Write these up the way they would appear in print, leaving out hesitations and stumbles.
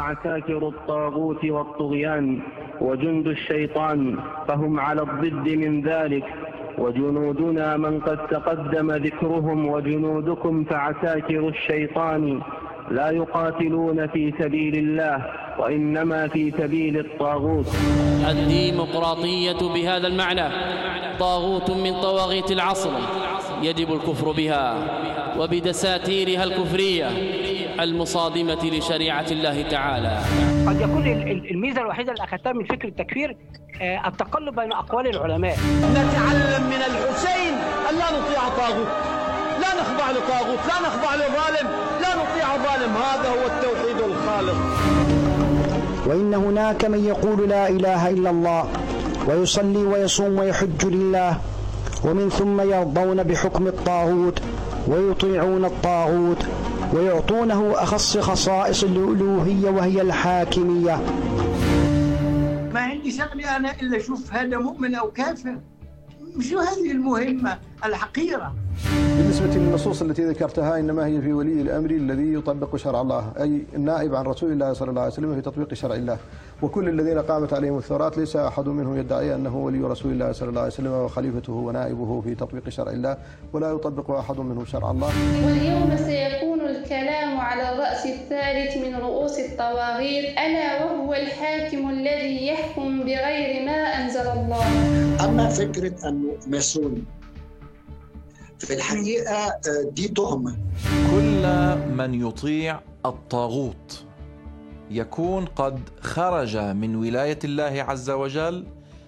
عساكر الطاغوت والطغيان وجند الشيطان، فهم على الضد من ذلك، وجنودنا من قد تقدم ذكرهم، وجنودكم فعساكر الشيطان لا يقاتلون في سبيل الله وإنما في سبيل الطاغوت. الديمقراطية بهذا المعنى طاغوت من طواغيت العصر يجب الكفر بها وبدساتيرها الكفرية المصادمة لشريعة الله تعالى. قد يكون الميزة الوحيدة اللي أخذتها من فكر التكفير التقلب بين أقوال العلماء. نتعلم من الحسين أن لا نطيع طاغوت، لا نخضع لطاغوت، لا نخضع لظالم، لا نطيع ظالم. هذا هو التوحيد الخالص. وإن هناك من يقول لا إله إلا الله ويصلي ويصوم ويحج لله، ومن ثم يرضون بحكم الطاغوت ويطيعون الطاغوت ويعطونه أخص خصائص الألوهية وهي الحاكمية. ما عندي شغلي أنا إلا أشوف هذا مؤمن أو كافر، مش هذه المهمة الحقيرة. بالنسبة للنصوص التي ذكرتها إنما هي في ولي الأمر الذي يطبق شرع الله، أي النائب عن رسول الله صلى الله عليه وسلم في تطبيق شرع الله. وكل الذين قامت عليهم الثورات ليس أحد منهم يدعي أنه ولي رسول الله صلى الله عليه وسلم وخليفته ونائبه في تطبيق شرع الله، ولا يطبق أحد منهم شرع الله. واليوم سيكون الكلام على الرأس الثالث من رؤوس الطواغيت، ألا وهو الحاكم الذي يحكم بغير ما أنزل الله. أما فكرة أنه ماسون في الحقيقة دي تهمة. كل من يطيع الطاغوت يكون قد خرج من ولاية الله عز وجل،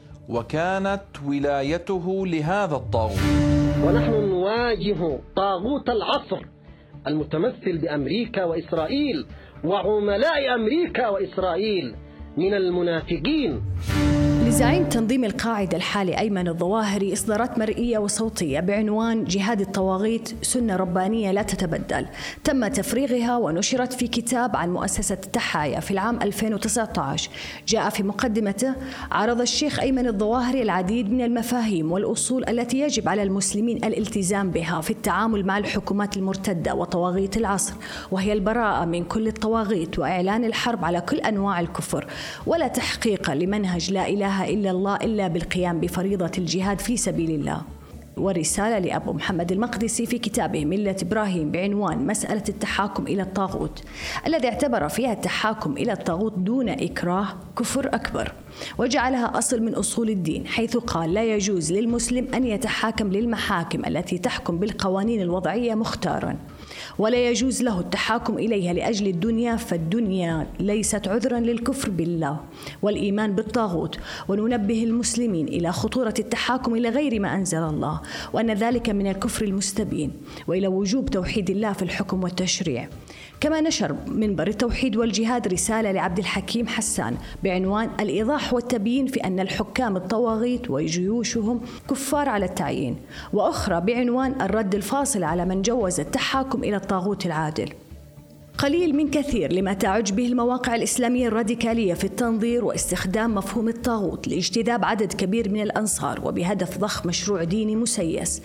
وكانت ولايته لهذا الطاغوت. ونحن نواجه طاغوت العصر المتمثل بأمريكا وإسرائيل وعملاء أمريكا وإسرائيل من المنافقين. لزعيم تنظيم القاعدة الحالي أيمن الظواهري إصدارات مرئية وصوتية بعنوان جهاد الطواغيت سنة ربانية لا تتبدل، تم تفريغها ونشرت في كتاب عن مؤسسة التحايا في العام 2019. جاء في مقدمته عرض الشيخ أيمن الظواهري العديد من المفاهيم والأصول التي يجب على المسلمين الالتزام بها في التعامل مع الحكومات المرتدة وطواغيت العصر، وهي البراءة من كل الطواغيت وإعلان الحرب على كل أنواع الكفر، ولا تحقيق لمنهج لا إله إلا الله إلا بالقيام بفريضة الجهاد في سبيل الله. ورسالة لأبو محمد المقدسي في كتابه ملة إبراهيم بعنوان مسألة التحاكم إلى الطاغوت، الذي اعتبر فيها التحاكم إلى الطاغوت دون إكراه كفر أكبر، وجعلها أصل من أصول الدين، حيث قال لا يجوز للمسلم أن يتحاكم للمحاكم التي تحكم بالقوانين الوضعية مختارا، ولا يجوز له التحاكم إليها لأجل الدنيا، فالدنيا ليست عذرا للكفر بالله والإيمان بالطاغوت. وننبه المسلمين إلى خطورة التحاكم إلى غير ما أنزل الله، وأن ذلك من الكفر المستبين، وإلى وجوب توحيد الله في الحكم والتشريع. كما نشر منبر التوحيد والجهاد رسالة لعبد الحكيم حسان بعنوان الإيضاح والتبيين في أن الحكام الطواغيت وجيوشهم كفار على التعيين، وأخرى بعنوان الرد الفاصل على من جوز التحاكم إلى الطاغوت العادل. قليل من كثير لما تعج به المواقع الإسلامية الراديكالية في التنظير واستخدام مفهوم الطاغوت لاجتذاب عدد كبير من الأنصار، وبهدف ضخ مشروع ديني مسيس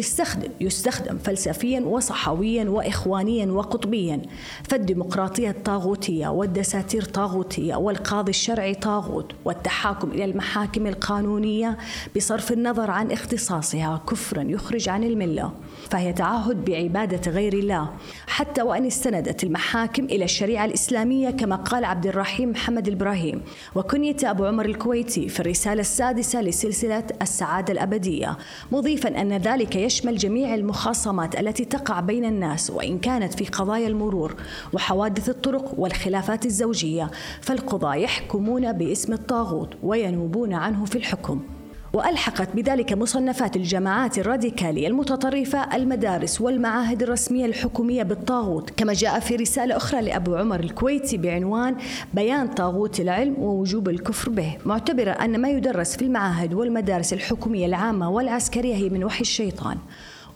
يستخدم فلسفيا وصحويا وإخوانيا وقطبيا، فالديمقراطية الطاغوتية والدساتير طاغوتية والقاضي الشرعي طاغوت، والتحاكم إلى المحاكم القانونية بصرف النظر عن اختصاصها كفرا يخرج عن الملة، فهي تعهد بعبادة غير الله، حتى وأن استندت المحاكم إلى الشريعة الإسلامية كما قال عبد الرحيم محمد الإبراهيم وكنية أبو عمر الكويتي في الرسالة السادسة لسلسلة السعادة الأبدية، مضيفا أن ذلك يشمل جميع المخاصمات التي تقع بين الناس، وإن كانت في قضايا المرور وحوادث الطرق والخلافات الزوجية، فالقضاة يحكمون باسم الطاغوت وينوبون عنه في الحكم. وألحقت بذلك مصنفات الجماعات الراديكالية المتطرفة المدارس والمعاهد الرسمية الحكومية بالطاغوت، كما جاء في رسالة أخرى لأبو عمر الكويتي بعنوان بيان طاغوت العلم ووجوب الكفر به، معتبرة أن ما يدرس في المعاهد والمدارس الحكومية العامة والعسكرية هي من وحي الشيطان.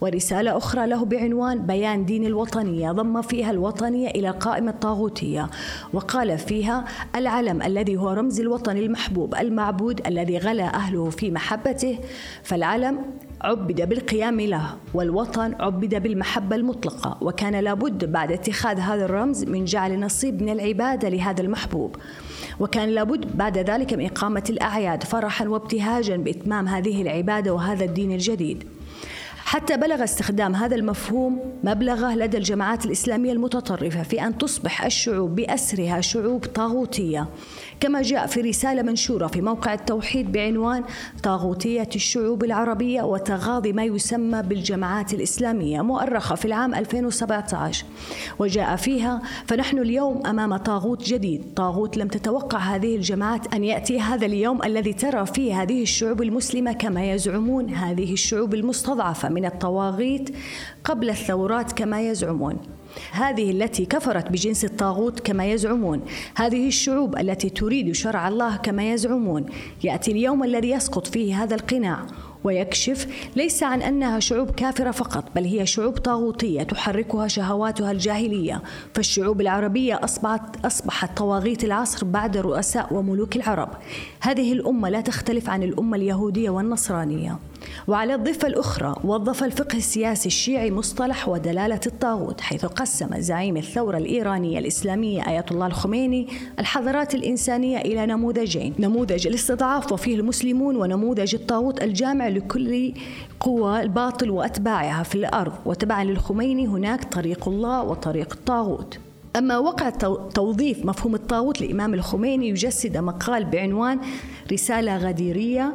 ورسالة أخرى له بعنوان بيان دين الوطنية ضم فيها الوطنية إلى القائمة الطاغوتية، وقال فيها: العلم الذي هو رمز الوطن المحبوب المعبود الذي غلا أهله في محبته، فالعلم عبد بالقيام له، والوطن عبد بالمحبة المطلقة، وكان لابد بعد اتخاذ هذا الرمز من جعل نصيب من العبادة لهذا المحبوب، وكان لابد بعد ذلك من إقامة الأعياد فرحا وابتهاجا بإتمام هذه العبادة وهذا الدين الجديد، حتى بلغ استخدام هذا المفهوم مبلغه لدى الجماعات الإسلامية المتطرفة في أن تصبح الشعوب بأسرها شعوب طاغوتية، كما جاء في رسالة منشورة في موقع التوحيد بعنوان طاغوتية الشعوب العربية وتغاضي ما يسمى بالجماعات الإسلامية، مؤرخة في العام 2017، وجاء فيها: فنحن اليوم أمام طاغوت جديد، طاغوت لم تتوقع هذه الجماعات أن يأتي هذا اليوم الذي ترى فيه هذه الشعوب المسلمة كما يزعمون هذه الشعوب المستضعفة من الطواغيت قبل الثورات كما يزعمون، هذه التي كفرت بجنس الطاغوت كما يزعمون، هذه الشعوب التي تريد شرع الله كما يزعمون. يأتي اليوم الذي يسقط فيه هذا القناع ويكشف ليس عن أنها شعوب كافرة فقط، بل هي شعوب طاغوتية تحركها شهواتها الجاهلية، فالشعوب العربية أصبحت طواغيت العصر بعد رؤساء وملوك العرب. هذه الأمة لا تختلف عن الأمة اليهودية والنصرانية. وعلى الضفة الأخرى وظف الفقه السياسي الشيعي مصطلح ودلالة الطاغوت، حيث قسم زعيم الثورة الإيرانية الإسلامية آية الله الخميني الحضارات الإنسانية إلى نموذجين: نموذج الاستضعاف وفيه المسلمون، ونموذج الطاغوت الجامع لكل قوى الباطل وأتباعها في الأرض، وتبعا للخميني هناك طريق الله وطريق الطاغوت. أما وقع توظيف مفهوم الطاغوت لإمام الخميني يجسد مقال بعنوان رسالة غديرية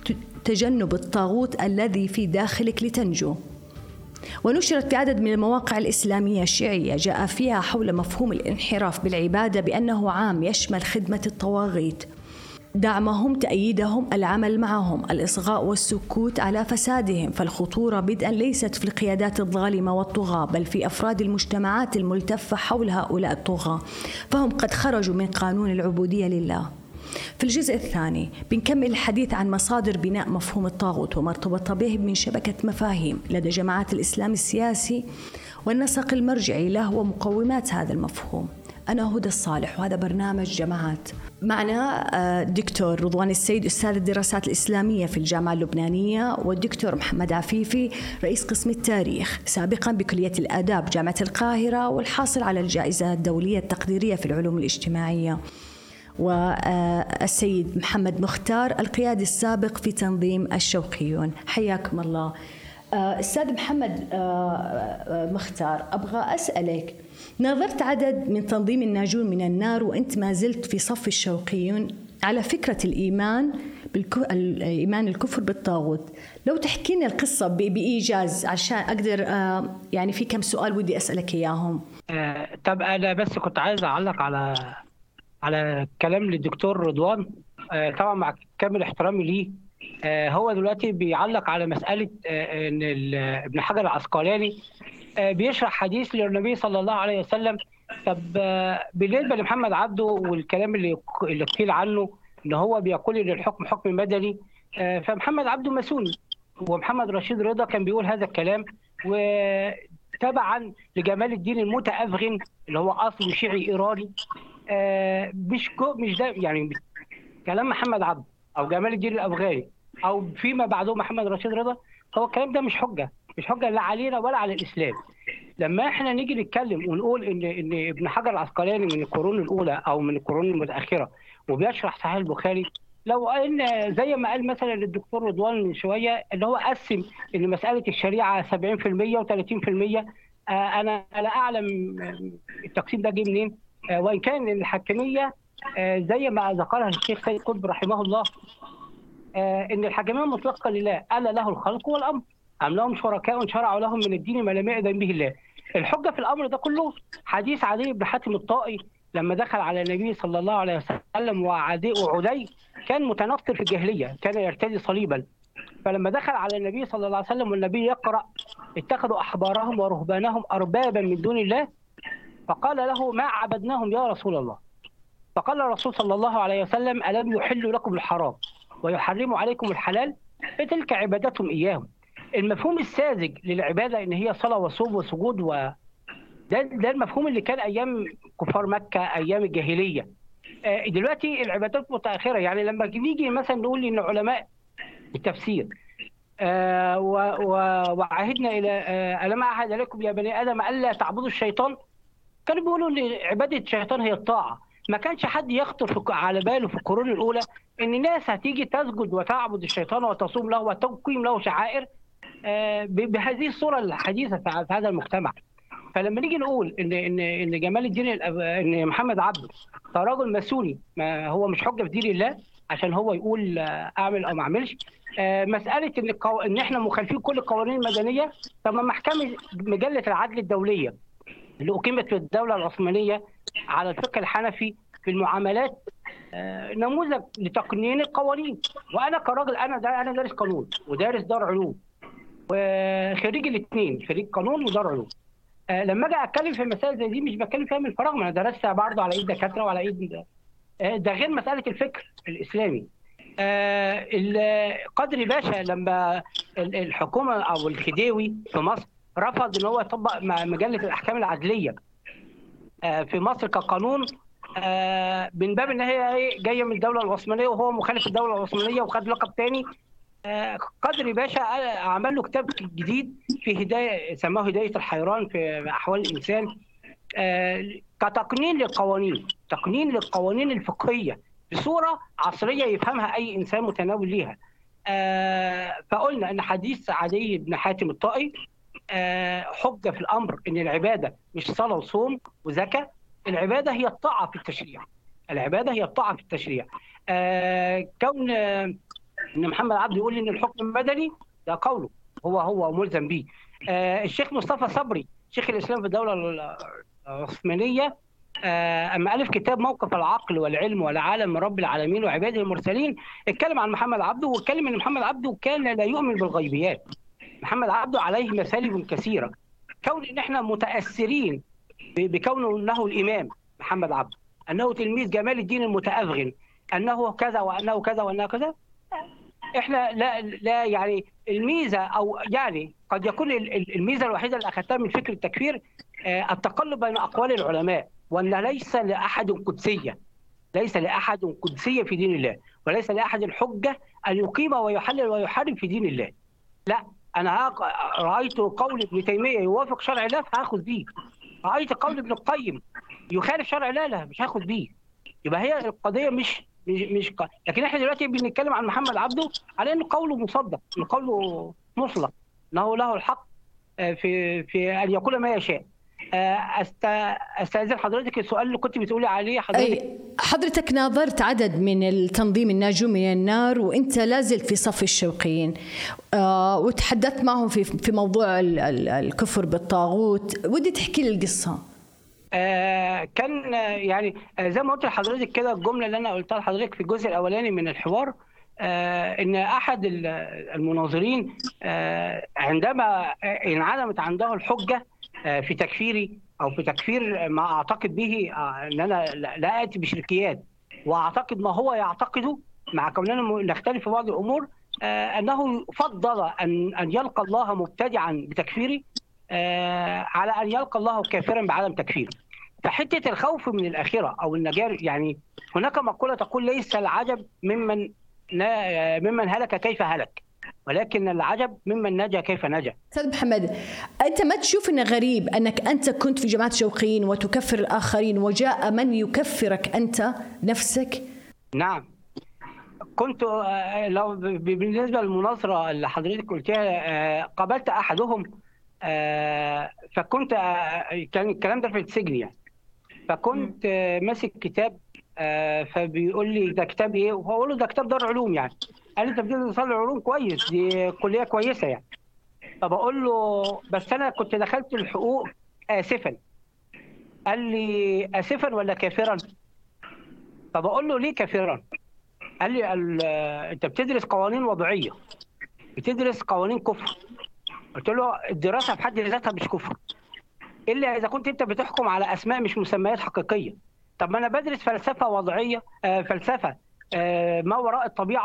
تجنب الطاغوت الذي في داخلك لتنجو، ونشرت في عدد من المواقع الإسلامية الشيعية جاء فيها حول مفهوم الانحراف بالعبادة بأنه عام يشمل خدمة الطواغيت، دعمهم، تأييدهم، العمل معهم، الإصغاء والسكوت على فسادهم، فالخطورة بدءا ليست في القيادات الظالمة والطغاة بل في أفراد المجتمعات الملتفة حول هؤلاء الطغاة، فهم قد خرجوا من قانون العبودية لله. في الجزء الثاني بنكمل الحديث عن مصادر بناء مفهوم الطاغوت وما ارتبط به من شبكة مفاهيم لدى جماعات الإسلام السياسي والنسق المرجعي له ومقومات هذا المفهوم. أنا هدى الصالح وهذا برنامج جماعات. معنا الدكتور رضوان السيد أستاذ الدراسات الإسلامية في الجامعة اللبنانية، والدكتور محمد عفيفي رئيس قسم التاريخ سابقا بكلية الآداب جامعة القاهرة والحاصل على الجائزة الدولية التقديرية في العلوم الاجتماعية، والسيد محمد مختار القيادي السابق في تنظيم الشوقيون. حياكم الله. أستاذ محمد مختار، أبغى أسألك، ناظرت عدد من تنظيم الناجون من النار وأنت ما زلت في صف الشوقيون على فكرة الإيمان الكفر بالطاغوت، لو تحكي لنا القصة بإيجاز عشان أقدر يعني في كم سؤال ودي أسألك إياهم. طب أنا بس كنت عايز أعلق على كلام للدكتور رضوان، طبعا مع كامل احترامي ليه. هو دلوقتي بيعلق على مسألة إن ابن حجر العسقلاني بيشرح حديث للنبي صلى الله عليه وسلم. طب بالنسبة لمحمد عبده والكلام اللي قيل عنه إن هو بيقول إن الحكم حكم مدني، فمحمد عبده ماسوني، ومحمد رشيد رضا كان بيقول هذا الكلام، وتبعا لجمال الدين المتأفغن اللي هو أصله شيعي إيراني. مش ده يعني كلام محمد عبده او جمال الدين الافغاني او فيما بعده محمد رشيد رضا، هو الكلام ده مش حجه لا علينا ولا على الاسلام. لما احنا نيجي نتكلم ونقول ان ابن حجر العسقلاني من القرون الاولى او من القرون المتاخره وبيشرح صحيح البخاري، لو ان زي ما قال مثلا الدكتور رضوان من شويه ان هو قسم ان مساله الشريعه 70% و30%، انا لا اعلم التقسيم ده جه منين، وإن كان الحاكمية زي ما ذكرها الشيخ سيد قطب رحمه الله إن الحاكمية مطلقة لله، ألا له الخلق والأمر، أم لهم شركاء شرعوا لهم من الدين ما لم يأذن به الله. الحجة في الأمر ده كله حديث عدي بن حاتم الطائي لما دخل على النبي صلى الله عليه وسلم، وعدي كان متنصر في الجاهلية، كان يرتدي صليبا، فلما دخل على النبي صلى الله عليه وسلم والنبي يقرأ اتخذوا أحبارهم ورهبانهم أربابا من دون الله، فقال له ما عبدناهم يا رسول الله. فقال الرسول صلى الله عليه وسلم ألم يحلوا لكم الحرام ويحرموا عليكم الحلال، فتلك عبادتهم إياهم. المفهوم الساذج للعباده ان هي صلاه وصوم وسجود ده المفهوم اللي كان ايام كفار مكه، ايام الجاهليه. دلوقتي العبادات متاخره. يعني لما نيجي مثلا نقول ان علماء التفسير وعهدنا الى الم اعهد اليكم يا بني ادم الا تعبدوا الشيطان، كانوا بيقولوا ان عباده الشيطان هي الطاعه. ما كانش حد يخطر على باله في القرون الاولى ان الناس هتيجي تسجد وتعبد الشيطان وتصوم له وتقيم له شعائر بهذه الصوره الحديثه في هذا المجتمع. فلما نيجي نقول ان جمال الدين ان محمد عبده رجل ماسوني، ما هو مش حجه في دين الله عشان هو يقول اعمل او ما اعملش. مساله ان احنا مخالفين كل القوانين المدنيه. طب ما محكمه مجله العدل الدوليه اللي اقيمت في الدوله العثمانيه على الفقه الحنفي في المعاملات نموذج لتقنين القوانين. وانا كراجل انا دارس قانون ودارس دار علوم وخريج الاثنين، خريج قانون ودار علوم. لما اجي اتكلم في مسائل زي دي مش بتكلم فيها من الفراغ، ما انا درستها برضه على ايد دكاتره وعلى ايد ده غير مساله الفكر الاسلامي. قدري باشا لما الحكومه او الخديوي في مصر رفض ان هو يطبق مجله الاحكام العدليه في مصر كقانون من باب ان هي جايه من الدوله العثمانيه وهو مخالف الدوله العثمانيه وخد لقب ثاني. قدري باشا عمل له كتاب جديد في هدايه سماه هدايه الحيران في احوال الانسان كتقنين للقوانين، تقنين للقوانين الفقهيه بصوره عصريه يفهمها اي انسان متناول ليها. فقلنا ان حديث عدي بن حاتم الطائي حجه في الامر ان العباده مش صلاه وصوم وزكاه، العباده هي الطاعه في التشريع. العباده هي الطاعه في التشريع. كون ان محمد عبده يقول ان الحكم مدني ده قوله هو ملزم به. الشيخ مصطفى صبري شيخ الاسلام في الدوله العثمانيه اما الف كتاب موقف العقل والعلم والعالم من رب العالمين وعباده المرسلين اتكلم عن محمد عبده واتكلم ان محمد عبده كان لا يؤمن بالغيبيات. محمد عبده عليه مثالب كثيره. كون ان احنا متاثرين بكونه انه الامام محمد عبده، انه تلميذ جمال الدين المتأفغن، انه كذا وانه كذا وانه كذا، احنا لا يعني الميزه او يعني قد يكون الميزه الوحيده اللي اخذتها من فكر التكفير التقلب بين اقوال العلماء، وان ليس لاحد قدسيه، ليس لاحد قدسيه في دين الله، وليس لاحد الحجه ان يقيم ويحلل ويحرم في دين الله. لا، انا رايت قول ابن تيميه يوافق شرع الله فهاخذ بيه، رايت قول ابن القيم يخالف شرع الله لا مش هاخذ بيه. يبقى هي القضيه مش لكن احنا دلوقتي بنتكلم عن محمد عبده على انه قوله مصدق، انه قوله مطلق، انه له الحق في ان يقول ما يشاء. استاذن حضرتك السؤال اللي كنت بتقولي عليه حضرتك ناظرت عدد من التنظيم الناجو من النار وانت لازلت في صف الشوقيين وتحدثت معهم في موضوع الكفر بالطاغوت. ودي تحكي لي القصه. كان يعني زي ما قلت لحضرتك كده الجمله اللي انا قلتها لحضرتك في الجزء الاولاني من الحوار ان احد المناظرين عندما انعدمت عنده الحجه في تكفيري او في تكفير ما اعتقد به ان انا لا اتي بشركيات واعتقد ما هو يعتقده مع كوننا نختلف في بعض الامور، انه فضل ان يلقى الله مبتدعا بتكفيري على ان يلقى الله كافرا بعدم تكفيره. فحته الخوف من الاخره او النجاه، يعني هناك مقوله تقول ليس العجب ممن هلك كيف هلك، ولكن العجب ممن نجا كيف نجا. استاذ محمد، انت ما تشوف انه غريب انك انت كنت في جماعه الشوقيين وتكفر الاخرين وجاء من يكفرك انت نفسك؟ نعم، كنت لو بالنسبه للمناظره اللي حضرتك قلتها قابلت احدهم فكنت كان الكلام ده في السجن يعني، فكنت ماسك كتاب فبيقول لي ده كتاب ايه؟ وبقول له ده كتاب دار علوم يعني. قال لي انت بتدرس دار علوم كويس، دي كليه كويسه يعني. فبقول له بس انا كنت دخلت الحقوق اسفا. قال لي اسفا ولا كافرا؟ فبقول له ليه كافرا؟ قال لي انت بتدرس قوانين وضعيه، بتدرس قوانين كفر. قلت له الدراسه في حد ذاتها مش كفر الا اذا كنت انت بتحكم على اسماء مش مسميات حقيقيه. طب ما انا بدرس فلسفه وضعيه، فلسفه ما وراء الطبيعه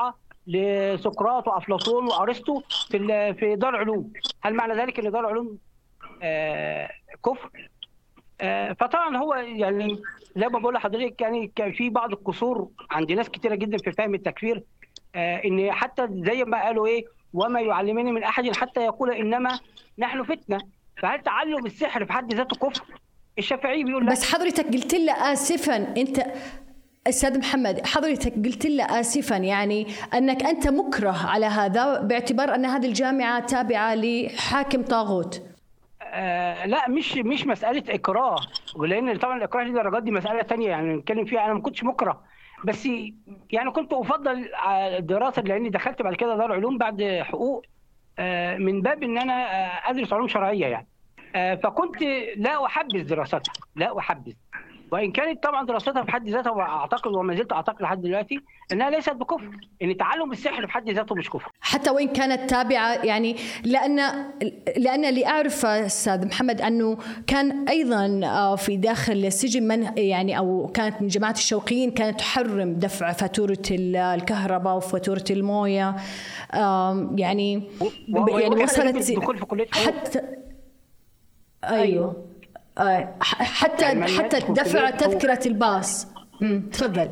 لسقراط وافلاطون وارسطو في دار العلوم. هل معنى ذلك ان دار العلوم كفر؟ فطبعا هو يعني زي ما بقول لحضرتك يعني كان في بعض القصور عند ناس كتيره جدا في فهم التكفير، ان حتى زي ما قالوا ايه وما يعلمني من احد حتى يقول انما نحن فتنه. فهل تعلم السحر في حد ذاته كفر؟ الشافعي بيقول لا. بس حضرتك قلت له اسفا، انت استاذ محمد حضرتك قلت له اسفا يعني انك انت مكره على هذا باعتبار ان هذه الجامعه تابعه لحاكم طاغوت. لا مش مساله اكراه، ولان طبعا الاكراه دي درجات، دي مساله ثانيه يعني نتكلم فيها. انا ما كنتش مكره، بس يعني كنت افضل الدراسه لاني دخلت بعد كده دار علوم بعد حقوق من باب ان انا ادرس علوم شرعيه يعني. فكنت لا احبذ دراستها، لا احبذ، وان كانت طبعا دراستها في حد ذاتها واعتقد وما زلت اعتقد لحد دلوقتي انها ليست بكفر، ان تعلم السحر في حد ذاته مش كفر حتى وان كانت تابعه يعني. لان اللي اعرف استاذ محمد انه كان ايضا في داخل السجن من يعني او كانت من جماعه الشوقيين كانت تحرم دفع فاتوره الكهرباء وفاتوره المويه، يعني وصلت حتى ايوه حتى دفع تذكرة الباص. تفضل.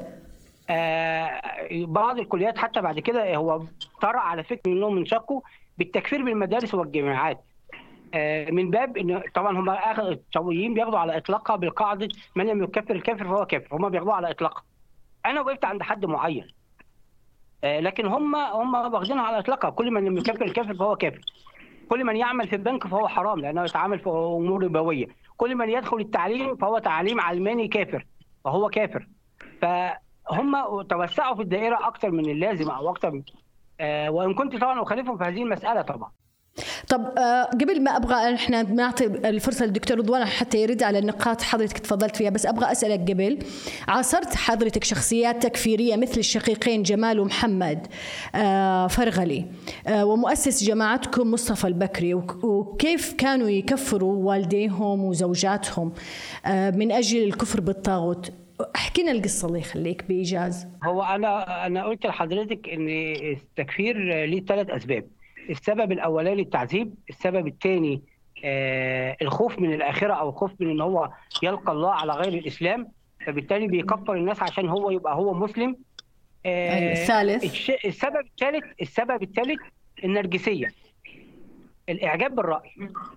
بعض الكليات حتى بعد كده هو طرأ على فكرة انهم انشقوا بالتكفير بالمدارس والجامعات، من باب ان طبعا هم الشوقيين بياخدوا على اطلاقها بالقاعده من لم يكفر الكافر فهو كافر، هم بياخدوها على اطلاقها. انا وقفت عند حد معين، لكن هم واخدينها على اطلاقها، كل من لم يكفر الكافر فهو كافر، كل من يعمل في البنك فهو حرام لانه يتعامل في امور ربويه، كل من يدخل التعليم فهو تعليم علماني كافر فهو كافر. فهم توسعوا في الدائره اكثر من اللازم او اكثر، وان كنت طبعا اخالفهم في هذه المساله طبعا. طب قبل ما ابغى احنا نعطي الفرصه للدكتور رضوان حتى يرد على النقاط حضرتك تفضلت فيها، بس ابغى اسالك قبل، عاصرت حضرتك شخصيات تكفيريه مثل الشقيقين جمال ومحمد فرغلي ومؤسس جماعتكم مصطفى البكري، وكيف كانوا يكفروا والديهم وزوجاتهم من اجل الكفر بالطاغوت؟ احكي لنا القصه الله يخليك بايجاز. هو انا قلت لحضرتك ان التكفير ليه 3 اسباب. السبب الاولاني التعذيب، السبب الثاني الخوف من الاخره او الخوف من ان هو يلقى الله على غير الاسلام، فبالتالي بيكفر الناس عشان هو يبقى هو مسلم. الثالث السبب الثالث النرجسيه، الاعجاب بالراي،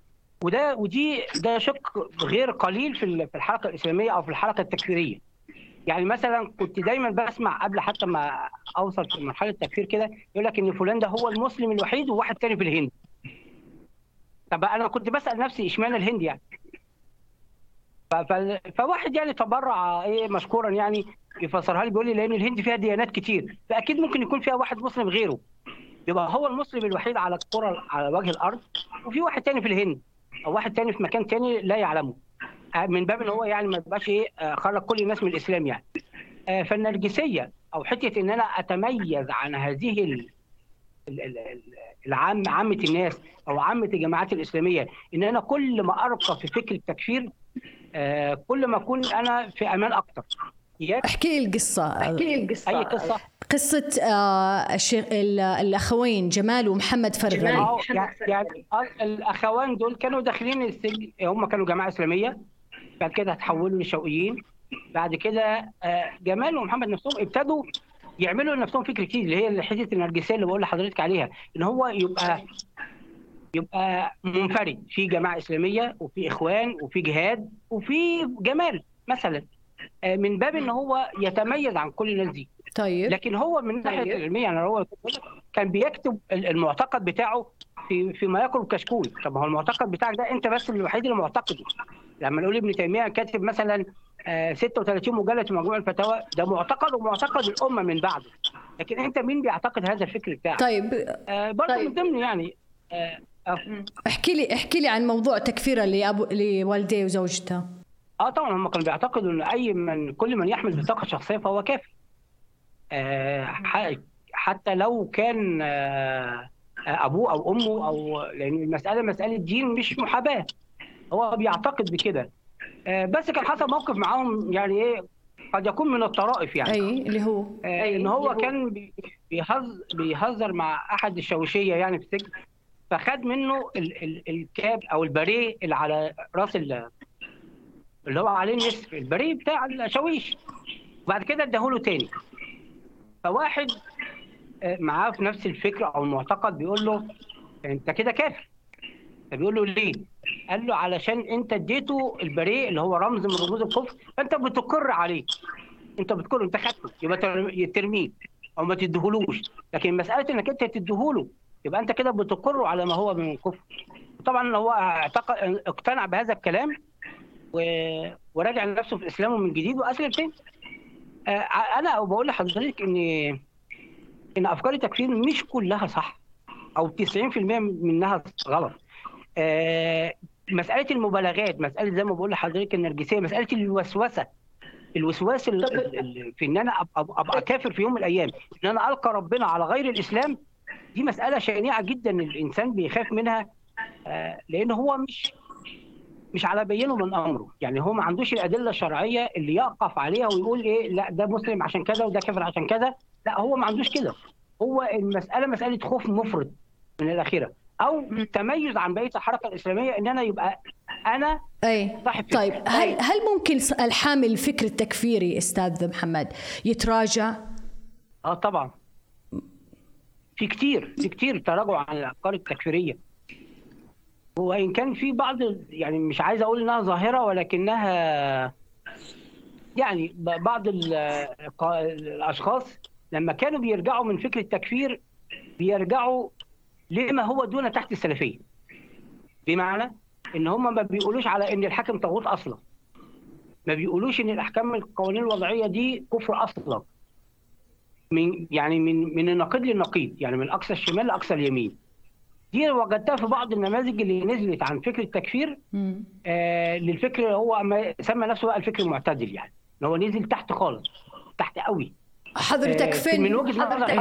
ده شق غير قليل في الحركه الاسلاميه او في الحركه التكفيريه. يعني مثلا كنت دايما بسمع قبل حتى ما اوصل في مرحله التكفير كده يقول لك ان فلان ده هو المسلم الوحيد وواحد تاني في الهند. طب انا كنت بسال نفسي اشمعنى الهند يعني؟ فواحد يعني تبرع مشكورا يعني يفسرها لي بيقول لي لان الهند فيها ديانات كتير، فاكيد ممكن يكون فيها واحد مسلم غيره، يبقى هو المسلم الوحيد على الكره على وجه الارض، وفي واحد تاني في الهند او واحد تاني في مكان تاني لا يعلمه، من باب ان هو يعني ما يبقاش خرج كل الناس من الاسلام يعني. فالنرجسيه او حته ان انا اتميز عن هذه عامه الناس او عامه الجماعات الاسلاميه، ان انا كل ما ارقى في فكر التكفير كل ما اكون انا في امان اكتر. احكي لي القصه. اي قصه؟ قصه الاخوين جمال ومحمد فرغلي. يعني الاخوان دول كانوا داخلين السجن، هم كانوا جماعه اسلاميه، بعد كده اتحولوا لشوقيين، بعد كده جمال ومحمد نفسهم ابتدوا يعملوا لنفسهم فكر جديد اللي هي حته النرجسيه اللي بقول لحضرتك عليها، ان هو يبقى منفرد في جماعه اسلاميه وفي اخوان وفي جهاد وفي جمال مثلا، من باب ان هو يتميز عن كل الناس دي. طيب. لكن هو من الناحيه العلميه يعني هو كان بيكتب المعتقد بتاعه في ما ياكل كشكول. طب هو المعتقد بتاعك ده انت بس الوحيد اللي معتقده. لما نقول ابن تيميه كاتب مثلا 36 مجلد في مجموع الفتاوى، ده معتقد ومعتقد الامه من بعده، لكن انت مين بيعتقد هذا الفكر بتاعك؟ طيب. برضه من ضمن يعني احكي لي عن موضوع تكفيره لوالديه وزوجته. طبعا هم كانوا بيعتقدوا ان كل من يحمل بطاقه شخصيه فهو كافر، حتى لو كان ابوه او امه، او لان المساله مساله دين مش محاباه، هو بيعتقد بكده. بس كان حصل موقف معاهم يعني قد يكون من الطرائف يعني. اللي هو ان هو كان بيهزر مع احد الشاويشيه يعني في السجن، فخد منه الكاب او الباريه اللي على راس اللي هو عليه النسر، الباريه بتاع الشاويش، وبعد كده اداهوله تاني. فواحد معاه في نفس الفكر او المعتقد بيقول له انت كده كافر. فبيقول له ليه؟ قال له علشان انت اديته الباريه اللي هو رمز من رموز الكفر، فانت بتقر عليه، انت بتقر، انت خدته يبقى ترميه او ما تديهولوش. لكن مساله انك انت تديهوله يبقى انت كده بتقر على ما هو من الكفر. طبعا هو اقتنع بهذا الكلام وراجع لنفسه في اسلامه من جديد واسلم تاني. انا بقول لحضرتك ان افكار التكفير مش كلها صح، او 90% منها غلط. مساله المبالغات، مساله زي ما بقول لحضرتك النرجسيه، مساله الوسواس في ان انا ابقى كافر في يوم من الايام، ان انا القى ربنا على غير الاسلام، دي مساله شنيعه جدا الانسان بيخاف منها، لان هو مش على بينه من امره. يعني هو ما عندوش الادله الشرعيه اللي يقف عليها ويقول ايه لا ده مسلم عشان كذا وده كافر عشان كذا، لا هو ما عندوش كده. هو المساله مساله خوف مفرط من الاخره، او تميز عن بقيه الحركه الاسلاميه، ان انا يبقى انا صاحب فكر. طيب هل ممكن الحامل الفكر التكفيري استاذ محمد يتراجع؟ طبعا في كتير تراجع عن الافكار التكفيريه، وإن كان في بعض يعني مش عايز أقول إنها ظاهرة، ولكنها يعني بعض الأشخاص لما كانوا بيرجعوا من فكر التكفير بيرجعوا لما هو دون تحت السلفية، بمعنى إن هم ما بيقولوش على إن الحاكم طاغوت أصلا، ما بيقولوش إن الأحكام القوانين الوضعية دي كفر أصلا، من النقيض للنقيض، يعني من أقصى الشمال لأقصى اليمين. دي وجدتها في بعض النماذج اللي نزلت عن فكر التكفير للفكر اللي هو سمى نفسه بقى الفكر المعتدل، يعني اللي هو نزل تحت خالص، تحت قوي. حضرتك فين من وجهة نظر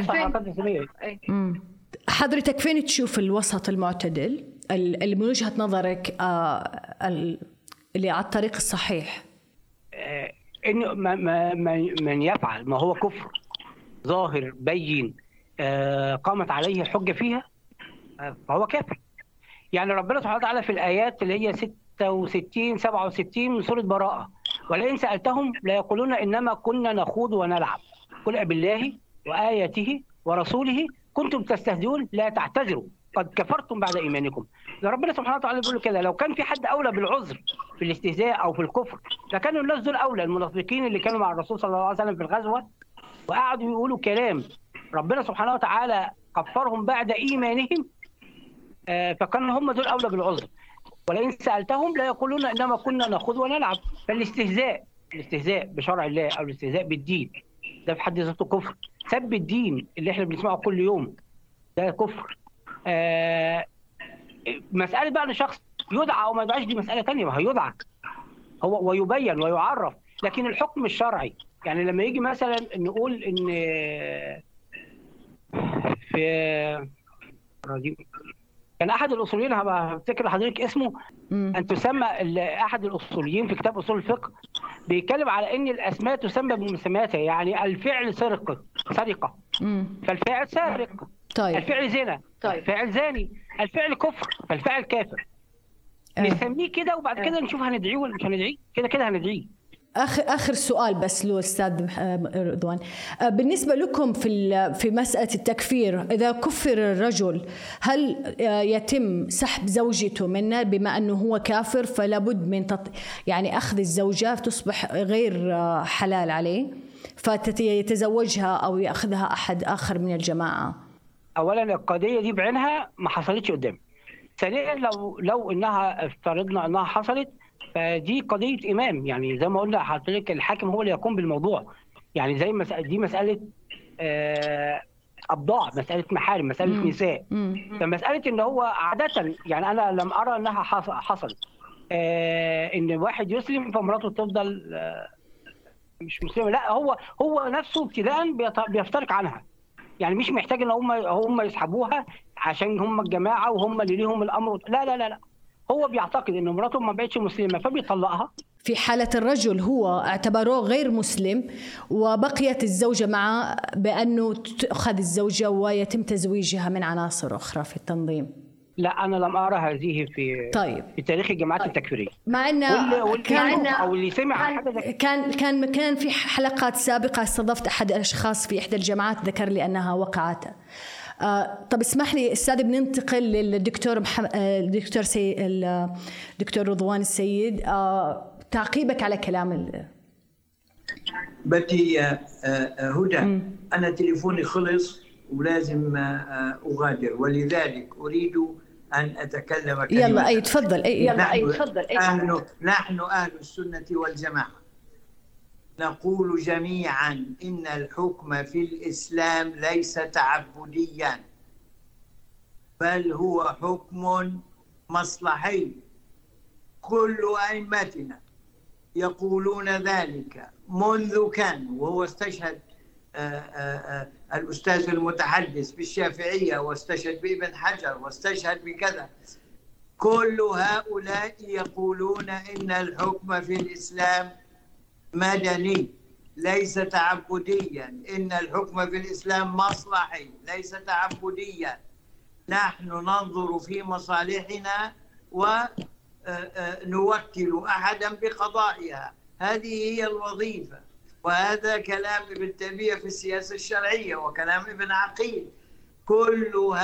حضرتك فين تشوف الوسط المعتدل اللي من وجهة نظرك اللي على الطريق الصحيح؟ انه من يفعل ما هو كفر ظاهر بين قامت عليه الحجة فيها فهو كافر. يعني ربنا سبحانه وتعالى في الآيات اللي هي 66 67 من سورة براءة، ولئن سألتهم لا يقولون إنما كنا نخوض ونلعب قل بالله وآياته ورسوله كنتم تستهزئون لا تعتذروا قد كفرتم بعد إيمانكم. ربنا سبحانه وتعالى بيقول كده، لو كان في حد أولى بالعذر في الاستهزاء أو في الكفر لكانوا الناس دول أولى، المنافقين اللي كانوا مع الرسول صلى الله عليه وسلم في الغزوة وقعدوا يقولوا كلام ربنا سبحانه وتعالى كفرهم بعد إيمانهم، فكان هم دول أولى بالعذر. ولئن سألتهم لا يقولون إنما كنا نخوض ونلعب. فالاستهزاء بشرع الله أو الاستهزاء بالدين ده في حد ذاته كفر. سب الدين اللي احنا بنسمعه كل يوم ده كفر. مسألة بقى ان شخص يدعى او ما يدعيش دي مسألة تانية، ما هيدعى هو ويبين ويعرف، لكن الحكم الشرعي يعني لما يجي مثلا نقول ان في كان احد الاصوليين هفتكر لحضرتك اسمه ان تسمى احد الاصوليين في كتاب اصول الفقه بيتكلم على ان الاسماء تسمى بمسمياتها، يعني الفعل سرقه فالفاعل سارق، طيب. الفعل زنا الفاعل زاني، الفعل كفر فالفاعل كافر. نسميه كده وبعد كده نشوف هندعيه ولا مش هندعيه، كده هندعيه. آخر سؤال بس له أستاذ رضوان، بالنسبة لكم في مسألة التكفير، إذا كفر الرجل هل يتم سحب زوجته منه بما أنه هو كافر فلا بد من يعني أخذ الزوجة تصبح غير حلال عليه فيتزوجها أو يأخذها أحد آخر من الجماعة؟ أولا القضية دي بعينها ما حصلتش قدام. ثانيا لو إنها افترضنا إنها حصلت فدي قضية إمام، يعني زي ما قلنا حضرتك الحاكم هو اللي يقوم بالموضوع، يعني زي دي مسألة أبضاع، مسألة محارم، مسألة نساء. فمسألة إن هو عادة يعني أنا لم أرى إنها حصلت إن واحد يسلم فمراته تفضل مش مسلمة، لا هو نفسه ابتداء بيفترق عنها، يعني مش محتاج إن هم يسحبوها عشان هم الجماعة وهم اللي ليهم الأمر، لا هو بيعتقد ان مراته ما بقتش مسلمه فبيطلقها. في حالة الرجل هو اعتبروه غير مسلم وبقيت الزوجة معه بأنه تأخذ الزوجة ويتم تزويجها من عناصر أخرى في التنظيم. لا أنا لم أرى هذه في تاريخ الجماعات التكفيرية. مع أن أو اللي سمع كان في حلقات سابقة استضفت أحد الأشخاص في إحدى الجامعات ذكر لي أنها وقعت. طب اسمح لي أستاذ بننتقل للدكتور الدكتور رضوان السيد، تعقيبك على كلام بدي هدى أنا تليفوني خلص ولازم أغادر، ولذلك أريد أن أتكلم كلمة. يلا أي تفضل. نحن أهل السنة والجماعة نقول جميعا إن الحكم في الإسلام ليس تعبديا، بل هو حكم مصلحي. كل أئمتنا يقولون ذلك منذ كان، وهو استشهد الأستاذ المتحدث بالشافعية، واستشهد بابن حجر، واستشهد بكذا. كل هؤلاء يقولون إن الحكم في الإسلام مدني ليس تعبديا، إن الحكم في الإسلام مصلحي ليس تعبديا. نحن ننظر في مصالحنا ونوكل أحدا بقضائها، هذه هي الوظيفة. وهذا كلام ابن تيمية في السياسة الشرعية وكلام ابن عقيل. كل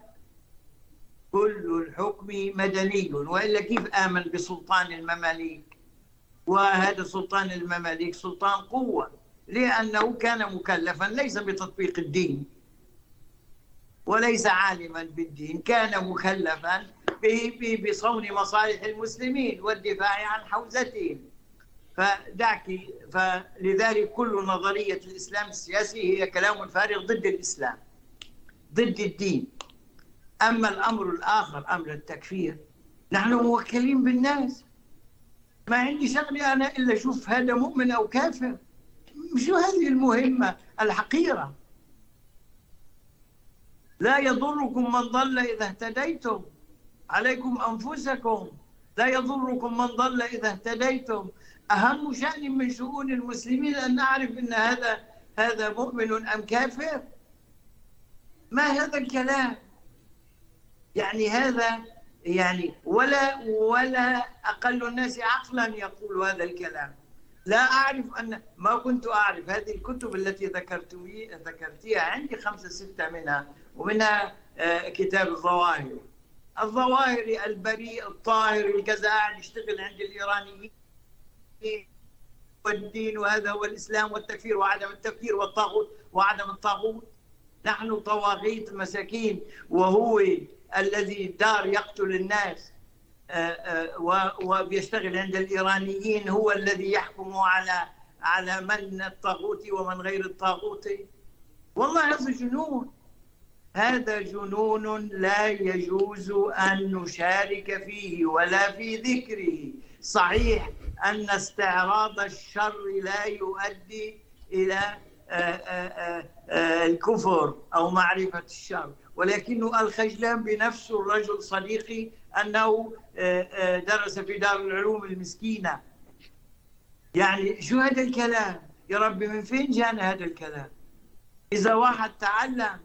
الحكم مدني، وإلا كيف آمن بسلطان المماليك؟ وهذا سلطان المماليك سلطان قوة، لأنه كان مكلفا ليس بتطبيق الدين وليس عالما بالدين، كان مكلفا بصون مصالح المسلمين والدفاع عن حوزتهم. فلذلك كل نظرية الإسلام السياسي هي كلام فارغ ضد الإسلام، ضد الدين. أما الأمر الآخر، أمر التكفير، نحن موكلين بالناس. ما عندي شغلة أنا إلا أشوف هذا مؤمن أو كافر. شو هذه المهمة الحقيرة؟ لا يضركم من ضل إذا اهتديتم، عليكم أنفسكم، لا يضركم من ضل إذا اهتديتم. أهم شأن من شؤون المسلمين أن نعرف أن هذا مؤمن أم كافر. ما هذا الكلام؟ يعني هذا ولا أقل الناس عقلا يقول هذا الكلام. لا أعرف، ما كنت أعرف هذه الكتب التي ذكرتيها، عندي 5-6 منها، ومنها كتاب الظواهري البريء الطاهر الكذا، قاعد يشتغل عند الإيرانيين والدين، وهذا هو الإسلام والتكفير وعدم التكفير والطاغوت وعدم الطاغوت. نحن طواغيت مساكين، وهو الذي دار يقتل الناس وبيشتغل عند الإيرانيين، هو الذي يحكم على من الطاغوت ومن غير الطاغوت. والله هذا جنون، هذا جنون لا يجوز أن نشارك فيه ولا في ذكره. صحيح أن استعراض الشر لا يؤدي إلى الكفر أو معرفة الشر، ولكنه الخجلان بنفسه الرجل صديقي أنه درس في دار العلوم المسكينة. يعني شو هذا الكلام؟ يا ربي من فين جانا هذا الكلام؟ إذا واحد تعلم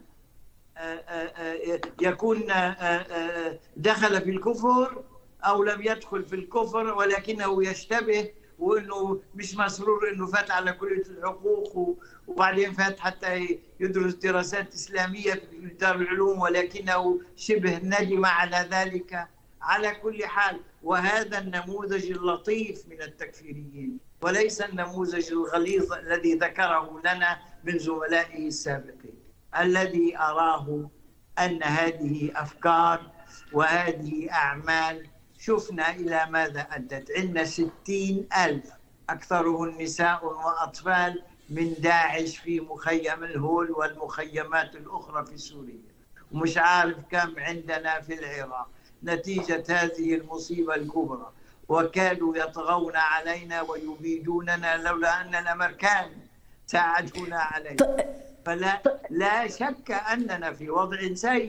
يكون دخل في الكفر أو لم يدخل في الكفر، ولكنه يشتبه، وأنه مش مسرور أنه فات على كلية الحقوق وبعدين فات حتى يدرس دراسات إسلامية في دار العلوم، ولكنه شبه ندم على ذلك. على كل حال، وهذا النموذج اللطيف من التكفيريين، وليس النموذج الغليظ الذي ذكره لنا من زملائه السابقين، الذي أراه أن هذه أفكار وهذه أعمال شفنا إلى ماذا أدت. عندنا 60,000 أكثرهم نساء وأطفال من داعش في مخيم الهول والمخيمات الأخرى في سوريا، ومش عارف كم عندنا في العراق نتيجة هذه المصيبة الكبرى. وكانوا يطغون علينا ويبيدوننا لولا أن الأمريكان ساعدونا عليه. فلا شك أننا في وضع سيء،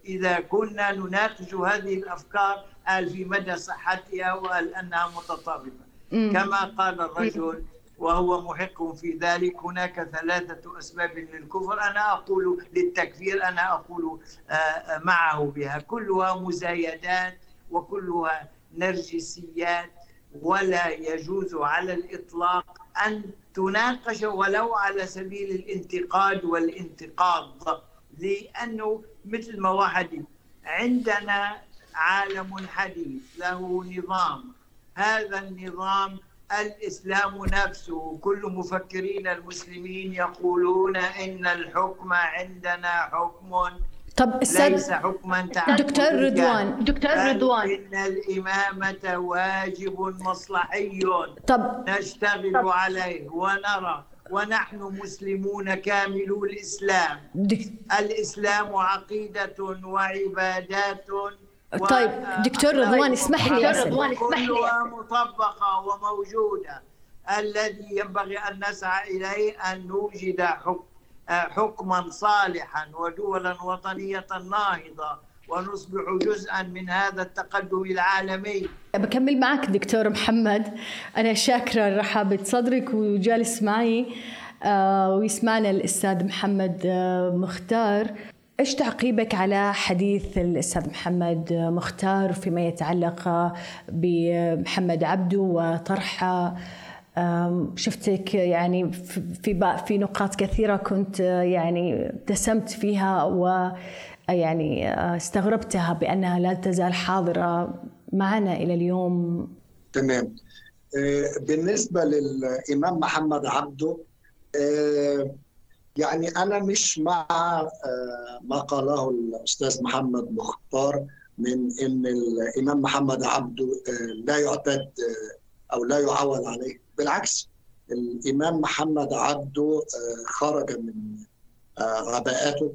إذا كنا نناقش هذه الأفكار قال في مدى صحتها وقال أنها متطرفة. كما قال الرجل وهو محق في ذلك: هناك 3 أسباب للكفر، أنا أقول للتكفير، أنا أقول معه بها، كلها مزايدات وكلها نرجسيات، ولا يجوز على الإطلاق أن تناقش ولو على سبيل الانتقاد والانتقاض، لأنه مثل ما واحد عندنا عالم حديث له نظام، هذا النظام الإسلام نفسه، كل مفكرين المسلمين يقولون إن الحكم عندنا حكم ليس حكما دكتور رضوان إن الإمامة واجب مصلحي نشتغل عليه ونرى، ونحن مسلمون كاملو الإسلام. الإسلام عقيدة وعبادات. طيب دكتور رضوان اسمح لي كلها مطبقة وموجودة. الذي ينبغي أن نسعى إليه أن نوجد حكما صالحا ودولا وطنية ناهضة ونصبح جزءا من هذا التقدم العالمي. بكمل معك دكتور محمد. أنا شاكرة رحابة صدرك وجالس معي ويسمعنا الأستاذ محمد مختار. إيش تعقيبك على حديث الأستاذ محمد مختار فيما يتعلق بمحمد عبده وطرحه؟ شفتك يعني في نقاط كثيرة كنت يعني ابتسمت فيها ويعني استغربتها بأنها لا تزال حاضرة معنا إلى اليوم. تمام. بالنسبة للإمام محمد عبده، يعني أنا مش مع ما قاله الأستاذ محمد مختار من إن الإمام محمد عبده لا يعتد أو لا يعول عليه. بالعكس، الإمام محمد عبده خرج من عباءاته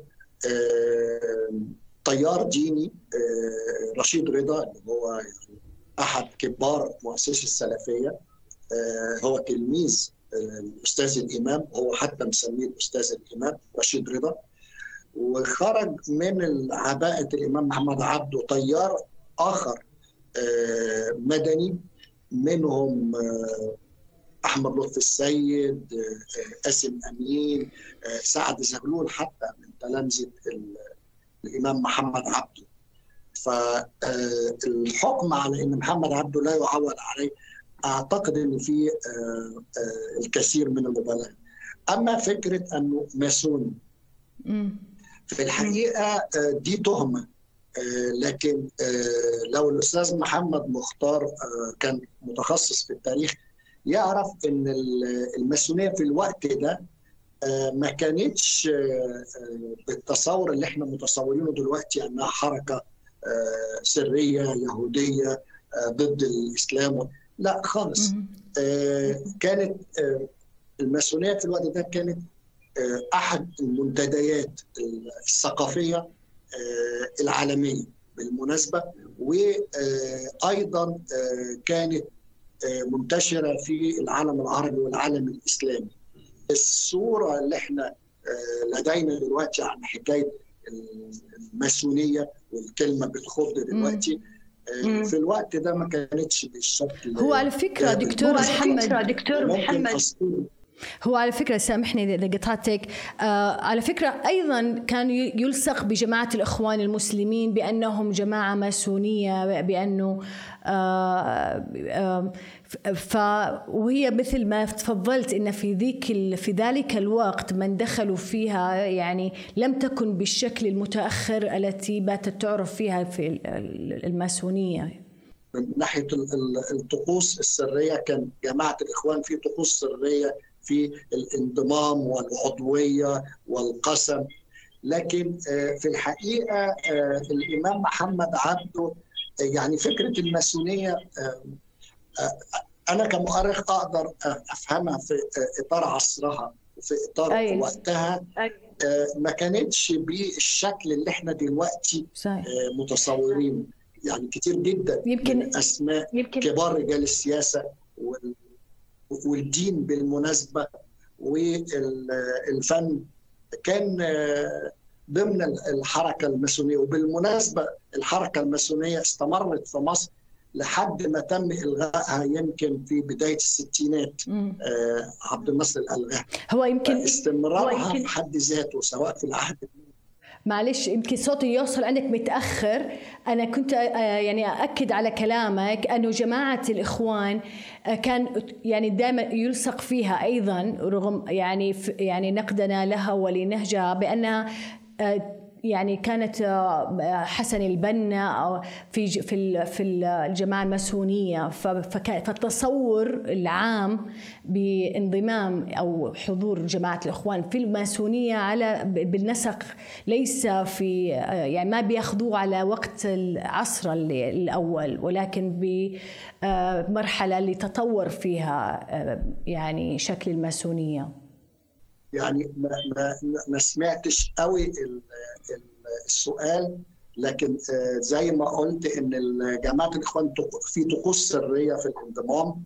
تيار ديني. رشيد رضا اللي هو يعني أحد كبار مؤسسي السلفية هو تلميذ الأستاذ الإمام، هو حتى مسميه الأستاذ الإمام رشيد رضا. وخرج من عباءة الإمام محمد عبده تيار آخر مدني، منهم أحمد لطفي السيد، قاسم أمين، سعد زغلول، حتى من تلامذة الإمام محمد عبده. فالحكم على أن محمد عبده لا يعول عليه أعتقد أن في الكثير من المبالغة. أما فكرة أنه ماسوني في الحقيقة دي تهمة، لكن لو الأستاذ محمد مختار كان متخصص في التاريخ يعرف أن الماسونية في الوقت ده ما كانتش بالتصور اللي احنا متصورينه دلوقتي أنها حركة سرية يهودية ضد الإسلام. لا خالص. كانت الماسونية في الوقت ده كانت أحد المنتديات الثقافية العالمية بالمناسبة، وأيضا كانت منتشرة في العالم العربي والعالم الإسلامي. الصورة اللي احنا لدينا دلوقتي عن حكاية الماسونية والكلمة بتخض دلوقتي في الوقت ده ما كانتش بالشكل. هو على فكرة دكتور محمد هو على فكرة سامحني إذا قطعتك، على فكرة أيضا كان يلصق بجماعة الإخوان المسلمين بأنهم جماعة ماسونية، بأنه وهي مثل ما تفضلت إن في ذلك الوقت من دخلوا فيها يعني لم تكن بالشكل المتأخر التي باتت تعرف فيها في الماسونية. من ناحية الطقوس السرية كان جماعة الإخوان في طقوس سرية في الانضمام والعضوية والقسم، لكن في الحقيقة الإمام محمد عبده يعني فكرة الماسونية أنا كمؤرخ أقدر أفهمها في إطار عصرها وفي إطار وقتها. ما كانتش بالشكل اللي احنا دلوقتي متصورين. يعني كتير جدا من أسماء كبار رجال السياسة والدين بالمناسبة والفن كان ضمن الحركة الماسونية. وبالمناسبة الحركة الماسونية استمرت في مصر لحد ما تم إلغائها يمكن في بداية الستينات. عبد الناصر الألغاها. هو يمكن استمرارها في حد ذاته سواء في العهد. معلش يمكن صوتي يوصل عندك متأخر. أنا كنت يعني أأكد على كلامك أنه جماعة الإخوان كان يعني دائما يلصق فيها أيضا رغم يعني نقدنا لها ولنهجها بأنها يعني كانت حسن البنا في الجماعة الماسونية. فالتصور العام بانضمام أو حضور جماعة الإخوان في الماسونية على بالنسق ليس في يعني ما بياخذوه على وقت العصر الأول، ولكن بمرحلة اللي تطور فيها يعني شكل الماسونية. يعني ما سمعتش قوي السؤال، لكن زي ما قلت ان جماعه الاخوان في طقوس سريه في الانضمام،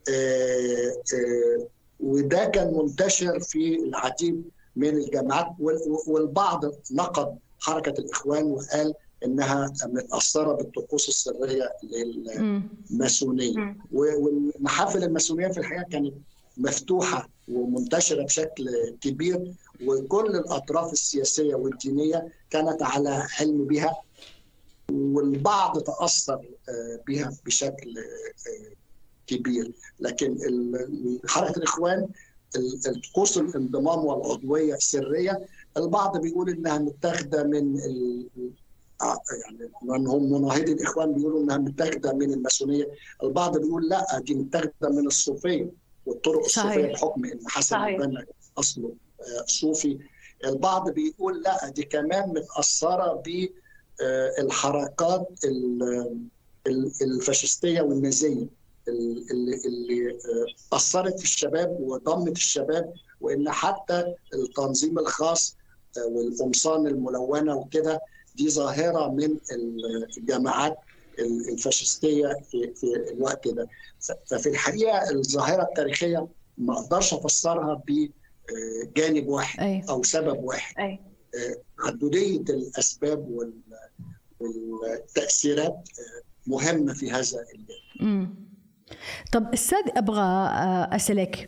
وده كان منتشر في العديد من الجامعات، والبعض نقد حركه الاخوان وقال انها متاثره بالطقوس السريه للماسونيه. والمحافل الماسونيه في الحقيقه كانت مفتوحة ومنتشرة بشكل كبير، وكل الأطراف السياسية والدينية كانت على علم بها، والبعض تأثر بها بشكل كبير. لكن حركة الإخوان طقوس الانضمام والعضوية السرية، البعض بيقول إنها متاخدة من يعني من هم مناهضي الإخوان بيقولوا إنها متاخدة من الماسونية، البعض بيقول لا دي متاخدة من الصوفية والطرق الصوفية بحكم إن حسن البنا أصله صوفي. البعض بيقول لا دي كمان متأثرة بالحركات الفاشستية والنازية اللي أثرت في الشباب وضمت الشباب، وإن حتى التنظيم الخاص والقمصان الملونة وكده دي ظاهرة من الجماعات الفاشستية في الوقت ده. ففي الحقيقة الظاهرة التاريخية ما أقدرش أفسرها بجانب واحد أو سبب واحد. عدودية الأسباب والتأثيرات مهمة في هذا الجانب. طب أستاذ أبغى أسألك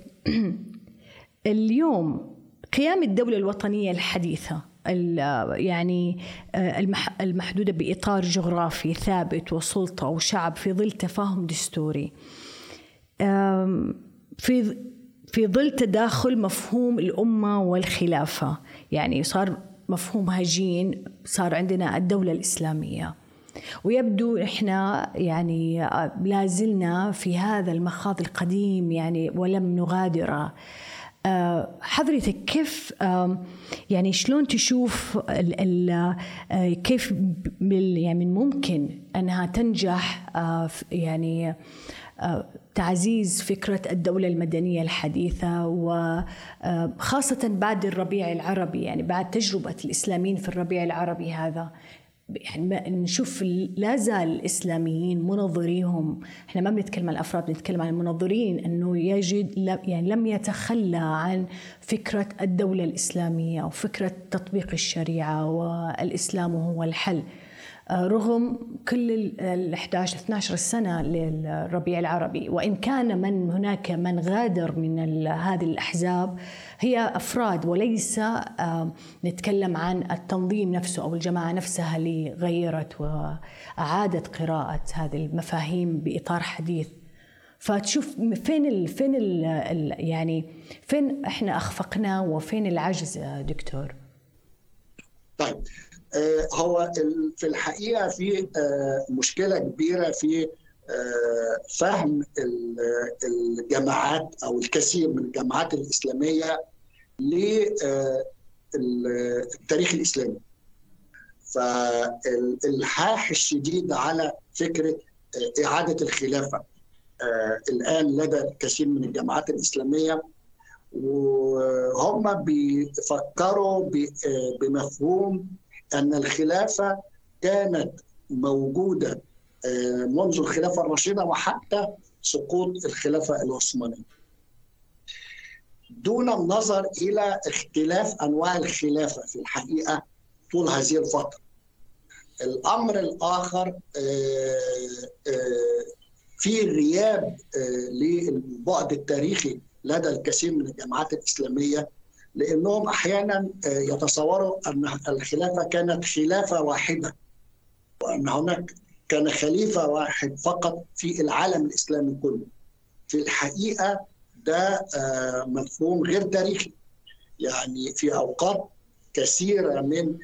اليوم قيام الدولة الوطنية الحديثة يعني المحدودة بإطار جغرافي ثابت وسلطة وشعب في ظل تفاهم دستوري، في ظل تداخل مفهوم الأمة والخلافة، يعني صار مفهوم هجين، صار عندنا الدولة الإسلامية، ويبدو إحنا يعني لازلنا في هذا المخاض القديم يعني ولم نغادره. حضرتك كيف يعني شلون تشوف كيف يعني ممكن أنها تنجح يعني تعزيز فكرة الدولة المدنية الحديثة، وخاصة بعد الربيع العربي، يعني بعد تجربة الإسلاميين في الربيع العربي هذا، يعني نشوف لا زال الإسلاميين منظريهم، احنا ما بنتكلم عن الأفراد، بنتكلم عن المنظرين، أنه يعني لم يتخلى عن فكرة الدولة الإسلامية وفكرة تطبيق الشريعة والإسلام هو الحل، رغم كل 11-12 سنة للربيع العربي. وإن كان هناك من غادر من هذه الأحزاب هي أفراد، وليس نتكلم عن التنظيم نفسه أو الجماعة نفسها اللي غيرت وأعادت قراءة هذه المفاهيم بإطار حديث. فتشوف فين يعني فين إحنا أخفقنا وفين العجز دكتور؟ طيب هو في الحقيقة في مشكلة كبيرة في فهم الجماعات أو الكثير من الجماعات الإسلامية للتاريخ الإسلامي. فالإلحاح الشديد على فكرة إعادة الخلافة الآن لدى الكثير من الجماعات الإسلامية، وهم بيفكروا بمفهوم أن الخلافة كانت موجودة منذ الخلافة الراشدة وحتى سقوط الخلافة العثمانية، دون النظر إلى اختلاف أنواع الخلافة في الحقيقة طول هذه الفترة. الأمر الآخر في غياب للبعد التاريخي لدى الكثير من الجماعات الإسلامية، لأنهم أحيانا يتصوروا أن الخلافة كانت خلافة واحدة، وأن هناك كان خليفة واحد فقط في العالم الإسلامي كله. في الحقيقة ده مفهوم غير تاريخي. يعني في أوقات كثيرة من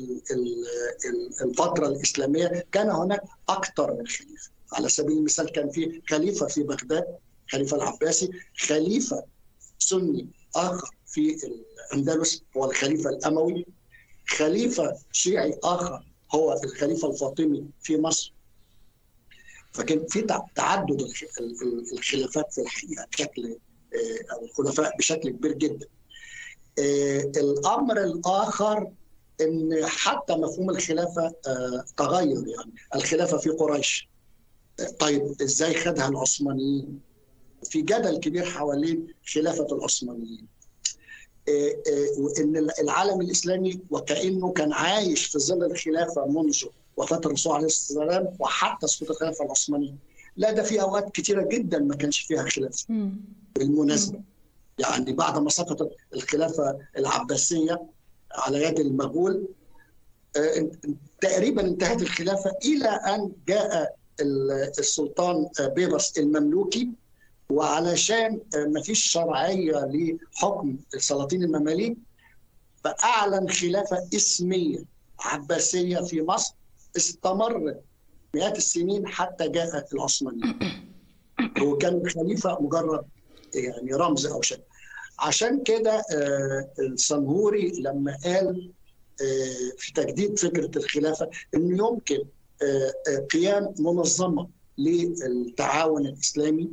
الفترة الإسلامية كان هناك أكثر من خليفة. على سبيل المثال كان في خليفة في بغداد، خليفة العباسي، خليفة سني آخر في الأندلس هو الخليفة الأموي، خليفة شيعي آخر هو الخليفة الفاطمي في مصر. فكان في تعدد الخلافات في الحقيقة بشكل أو الخلفاء بشكل كبير جدا. الأمر الآخر إن حتى مفهوم الخلافة تغير. يعني الخلافة في قريش، طيب إزاي خدها العثمانيين؟ في جدل كبير حوالين خلافة العثمانيين، وإن العالم الإسلامي وكأنه كان عايش في ظل الخلافة منذ وفاة الرسول عليه الصلاة والسلام وحتى سقوط الخلافة العثمانية. لا، ده في أوقات كثيرة جدا ما كانش فيها خلافة. بالمناسبة يعني بعد ما سقطت الخلافة العباسية على يد المغول تقريبا انتهت الخلافة إلى أن جاء السلطان بيبرس المملوكي، وعلشان ما فيش شرعية لحكم السلاطين المماليك فأعلن خلافة اسمية عباسية في مصر استمرت مئات السنين حتى جاء العثمانيين. وكان الخليفة مجرد يعني رمز أو شيء. عشان كده السنهوري لما قال في تجديد فكرة الخلافة إنه يمكن قيام منظمة للتعاون الإسلامي،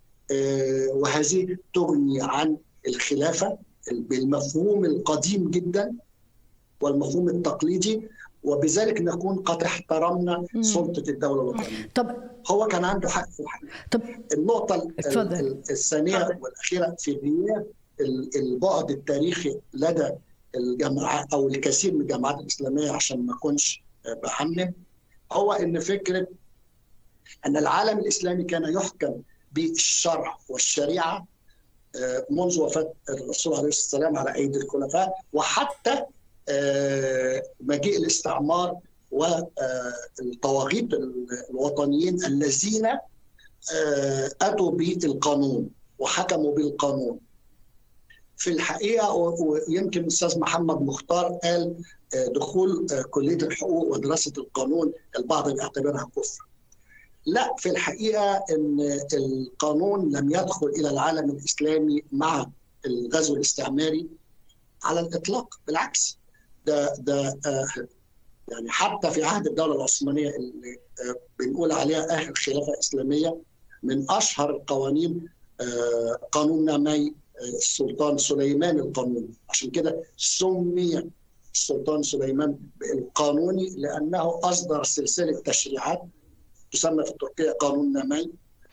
وهذه تغني عن الخلافة بالمفهوم القديم جدا والمفهوم التقليدي، وبذلك نكون قد احترمنا سلطة الدولة الوطنية. طب هو كان عنده حق في الحقيقة. طب النقطة الثانية والأخيرة في غياب البعد التاريخي لدى الجماعات أو الكثير من الجماعات الإسلامية، عشان ما أكونش بعمم، هو إن فكرة أن العالم الإسلامي كان يحكم بالشرع والشريعة منذ وفاة الرسول عليه الصلاة والسلام على أيدي الخلفاء، وحتى مجيء الاستعمار والطواغيت الوطنيين الذين أتوا بالقانون وحكموا بالقانون. في الحقيقة ويمكن الأستاذ محمد مختار قال دخول كلية الحقوق ودراسة القانون البعض بيعتبرها كفر. لا، في الحقيقة أن القانون لم يدخل إلى العالم الإسلامي مع الغزو الاستعماري على الإطلاق، بالعكس. ده يعني حتى في عهد الدولة العثمانية اللي بنقول عليها آخر خلافة إسلامية، من أشهر القوانين قانون نامي السلطان سليمان القانوني. عشان كده سمي السلطان سليمان بالقانوني لأنه أصدر سلسلة تشريعات تسمى في تركيا قانون نامي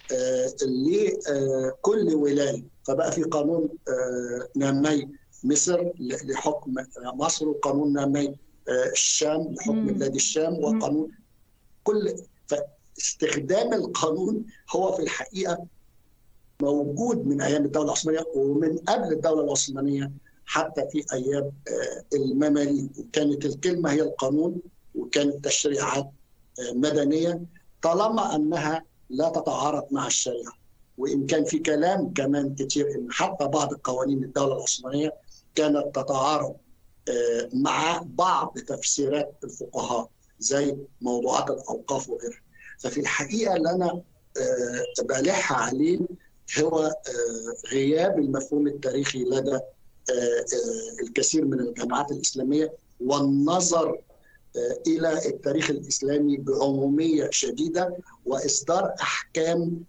لكل ولاية. فبقى في قانون نامي مصر لحكم مصر، وقانون نامي الشام لحكم بلاد الشام، وقانون كل. فاستخدام القانون هو في الحقيقة موجود من أيام الدولة العثمانية ومن قبل الدولة العثمانية حتى في أيام المماليك، وكانت الكلمة هي القانون، وكانت تشريعات مدنية طالما أنها لا تتعارض مع الشريعة. وإن كان في كلام كمان كتير إن حتى بعض قوانين الدولة العثمانية كانت تتعارض مع بعض تفسيرات الفقهاء زي موضوعات الأوقاف وغيرها. ففي الحقيقة اللي أنا بلح عليه هو غياب المفهوم التاريخي لدى الكثير من الجماعات الإسلامية، والنظر إلى التاريخ الإسلامي بعمومية شديدة، وإصدار أحكام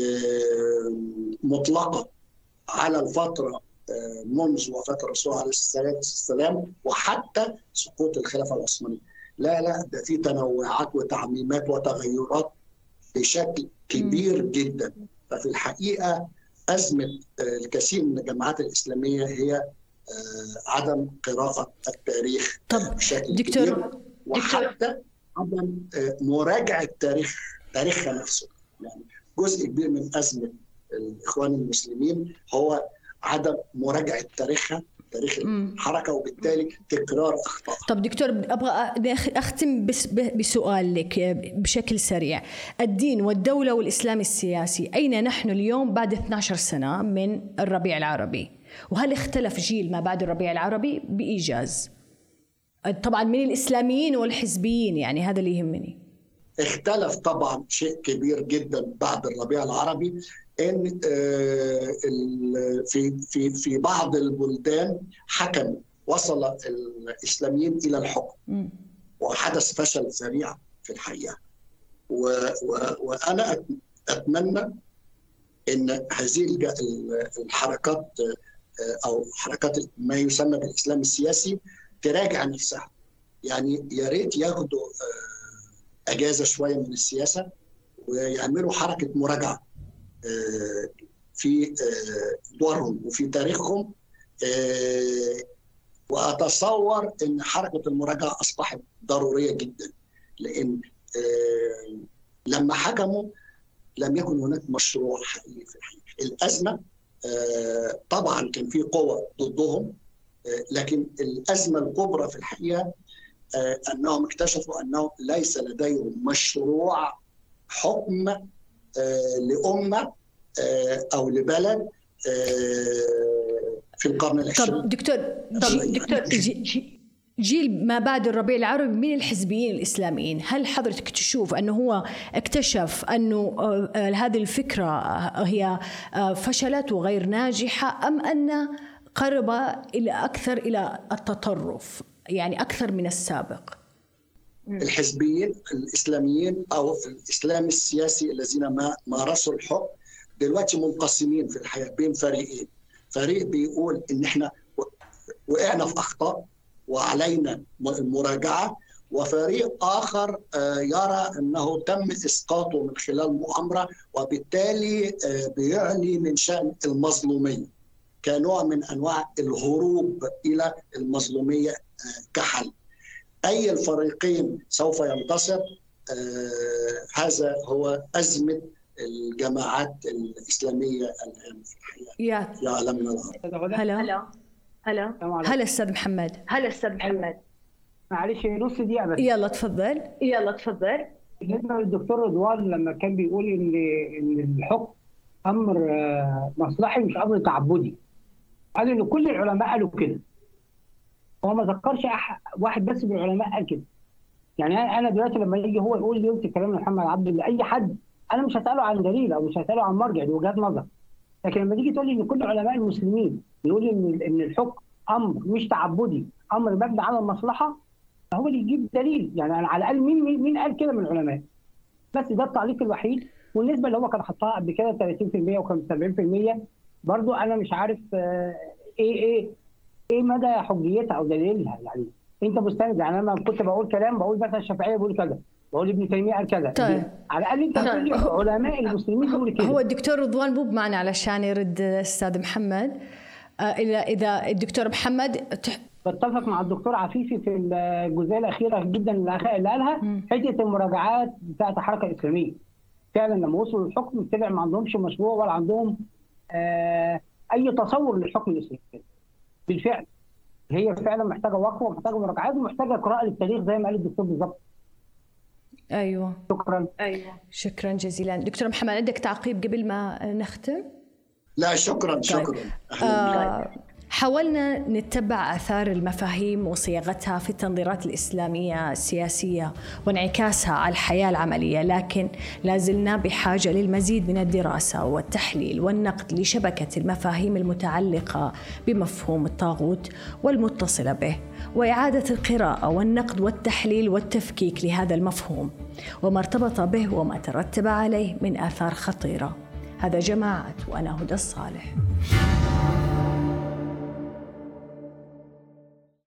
مطلقة على الفترة منذ وفاة الرسول عليه الصلاة والسلام وحتى سقوط الخلافة العثمانية. لا، ده في تنوعات وتعميمات وتغيرات بشكل كبير جدا. ففي الحقيقة أزمة الكثير من الجماعات الإسلامية هي عدم قراءة التاريخ بشكل دكتور كبير، وحتى عدم مراجعة تاريخها نفسه. يعني جزء كبير من أزمة الإخوان المسلمين هو عدم مراجعة تاريخ الحركة، وبالتالي تكرار أخطاء. طب دكتور، أبغى أختم بسؤال لك بشكل سريع. الدين والدولة والإسلام السياسي، أين نحن اليوم بعد 12 سنة من الربيع العربي؟ وهل اختلف جيل ما بعد الربيع العربي بإيجاز؟ طبعا من الإسلاميين والحزبيين، يعني هذا اللي يهمني. اختلف طبعا شيء كبير جدا بعد الربيع العربي، ان في بعض البلدان حكم وصل الاسلاميين الى الحكم، وحدث فشل سريع في الحقيقه. وانا اتمنى ان هذه الحركات او حركات ما يسمى بالاسلام السياسي تراجع نفسها. يعني يا ريت ياخدوا اجازه شويه من السياسه ويعملوا حركه مراجعه في دورهم وفي تاريخهم. وأتصور أن حركة المراجعة أصبحت ضرورية جدا، لأن لما حكموا لم يكن هناك مشروع حقيقي في الحقيقة. الأزمة طبعا كان في قوة ضدهم، لكن الأزمة الكبرى في الحقيقة أنهم اكتشفوا أنه ليس لديهم مشروع حكم لأمة أو لبلد في القرن العشرين. طب دكتور جيل ما بعد الربيع العربي من الحزبيين الإسلاميين، هل حضرتك تشوف أنه هو اكتشف أنه هذه الفكرة هي فشلت وغير ناجحة، أم أن قرب أكثر إلى التطرف، يعني أكثر من السابق؟ الحزبيين الإسلاميين أو الإسلام السياسي الذين مارسوا الحكم دلوقتي منقسمين في الحياة بين فريقين. فريق بيقول إن إحنا وقعنا في أخطاء وعلينا المراجعة، وفريق آخر يرى أنه تم إسقاطه من خلال مؤامرة، وبالتالي بيعلي من شأن المظلومية كنوع من أنواع الهروب إلى المظلومية كحل. أي الفريقين سوف ينتصر؟ هذا هو أزمة الجماعات الإسلامية الآن في الحقيقة في عالمنا العربي. هلا أستاذ محمد. معلش نص دقيقة بس. يلا تفضل. بالنسبة للدكتور رضوان لما كان بيقول إن الحكم أمر مصلحي مش أمر تعبدي، قال إن كل العلماء قالوا كده. هو ما ذكرش واحد بس من العلماء قال كده. يعني أنا دلوقتي لما يجي هو يقول لي قلت كلام محمد عبد لأي حد، أنا مش هسأله عن دليل أو مش هسأله عن مرجع، دي وجهات نظر. لكن لما تيجي تقول لي إن كل علماء المسلمين يقول إن الحكم أمر مش تعبدي، أمر مبني على المصلحة، فهو اللي يجيب دليل. يعني على الأقل مين قال كده من العلماء؟ بس ده التعليق الوحيد. والنسبة اللي هو كان حطها قبل كده 30% و70%، برضو أنا مش عارف إيه مدى حجيتها أو دليلها. يعني أنت مستند، يعني أنا كنت بقول كلام، بقول مثلا الشافعية بقول كذا، بقول ابن تيمية قال كذا. طيب. على الأقل أنت تقول لي علماء المسلمين يقولوا كده. هو الدكتور رضوان مو معنا علشان يرد الأستاذ محمد. إذا الدكتور محمد بتفق مع الدكتور عفيفي في الجزئية الأخيرة جدا اللي قالها، حته المراجعات بتاعت الحركة الإسلامية. فعلا لما وصلوا للحكم طلع ما عندهمش مشروع ولا عندهم أي تصور للحكم الإسلامي. بالفعل هي فعلا محتاجة وقفة ومحتاجة مراجعات ومحتاجة قراءة للتاريخ زي ما قال الدكتور بالظبط. أيوة شكرا جزيلا. دكتور محمد، عندك تعقيب قبل ما نختم؟ لا شكرا. حاولنا نتبع آثار المفاهيم وصياغتها في التنظيرات الإسلامية السياسية وانعكاسها على الحياة العملية، لكن لازلنا بحاجة للمزيد من الدراسة والتحليل والنقد لشبكة المفاهيم المتعلقة بمفهوم الطاغوت والمتصلة به، وإعادة القراءة والنقد والتحليل والتفكيك لهذا المفهوم وما ارتبط به وما ترتب عليه من آثار خطيرة. هذا جماعة، وأنا هدى الصالح.